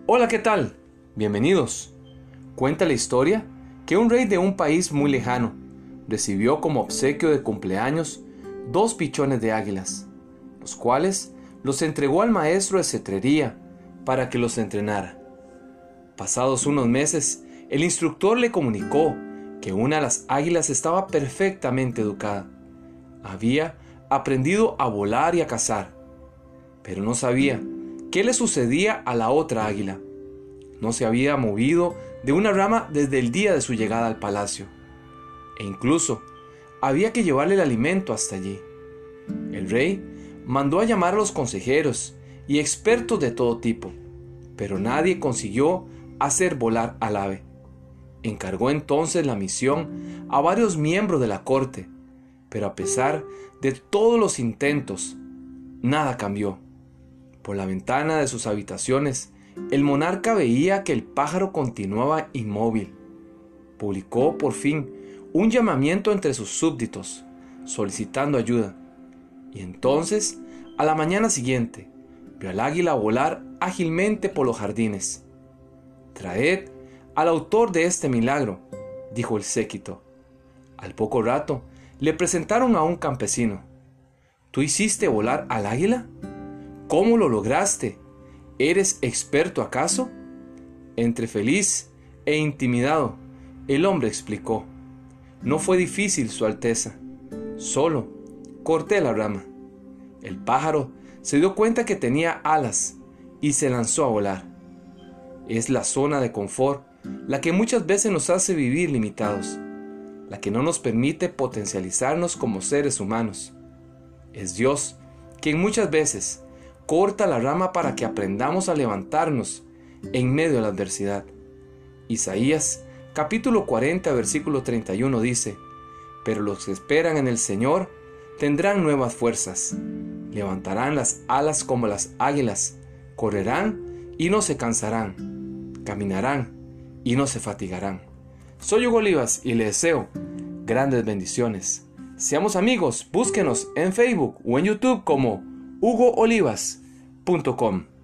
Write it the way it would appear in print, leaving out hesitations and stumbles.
Hola, ¿qué tal? Bienvenidos. Cuenta la historia que un rey de un país muy lejano recibió como obsequio de cumpleaños 2 pichones de águilas, los cuales los entregó al maestro de cetrería para que los entrenara. Pasados unos meses, el instructor le comunicó que una de las águilas estaba perfectamente educada. Había aprendido a volar y a cazar, pero no sabía qué le sucedía a la otra águila. No se había movido de una rama desde el día de su llegada al palacio, e incluso había que llevarle el alimento hasta allí. El rey mandó a llamar a los consejeros y expertos de todo tipo, pero nadie consiguió hacer volar al ave. Encargó entonces la misión a varios miembros de la corte, pero a pesar de todos los intentos, nada cambió. Por la ventana de sus habitaciones, el monarca veía que el pájaro continuaba inmóvil. Publicó por fin un llamamiento entre sus súbditos, solicitando ayuda. Y entonces, a la mañana siguiente, vio al águila volar ágilmente por los jardines. «Traed al autor de este milagro», dijo el séquito. Al poco rato, le presentaron a un campesino. «¿Tú hiciste volar al águila? ¿Cómo lo lograste? ¿Eres experto acaso?». Entre feliz e intimidado, el hombre explicó: «No fue difícil, Su Alteza. Solo corté la rama». El pájaro se dio cuenta que tenía alas y se lanzó a volar. Es la zona de confort la que muchas veces nos hace vivir limitados, la que no nos permite potencializarnos como seres humanos. Es Dios quien muchas veces corta la rama para que aprendamos a levantarnos en medio de la adversidad. Isaías capítulo 40 versículo 31 dice: «Pero los que esperan en el Señor tendrán nuevas fuerzas, levantarán las alas como las águilas, correrán y no se cansarán, caminarán y no se fatigarán». Soy Hugo Olivas y le deseo grandes bendiciones. Seamos amigos, búsquenos en Facebook o en YouTube como hugoolivas.com.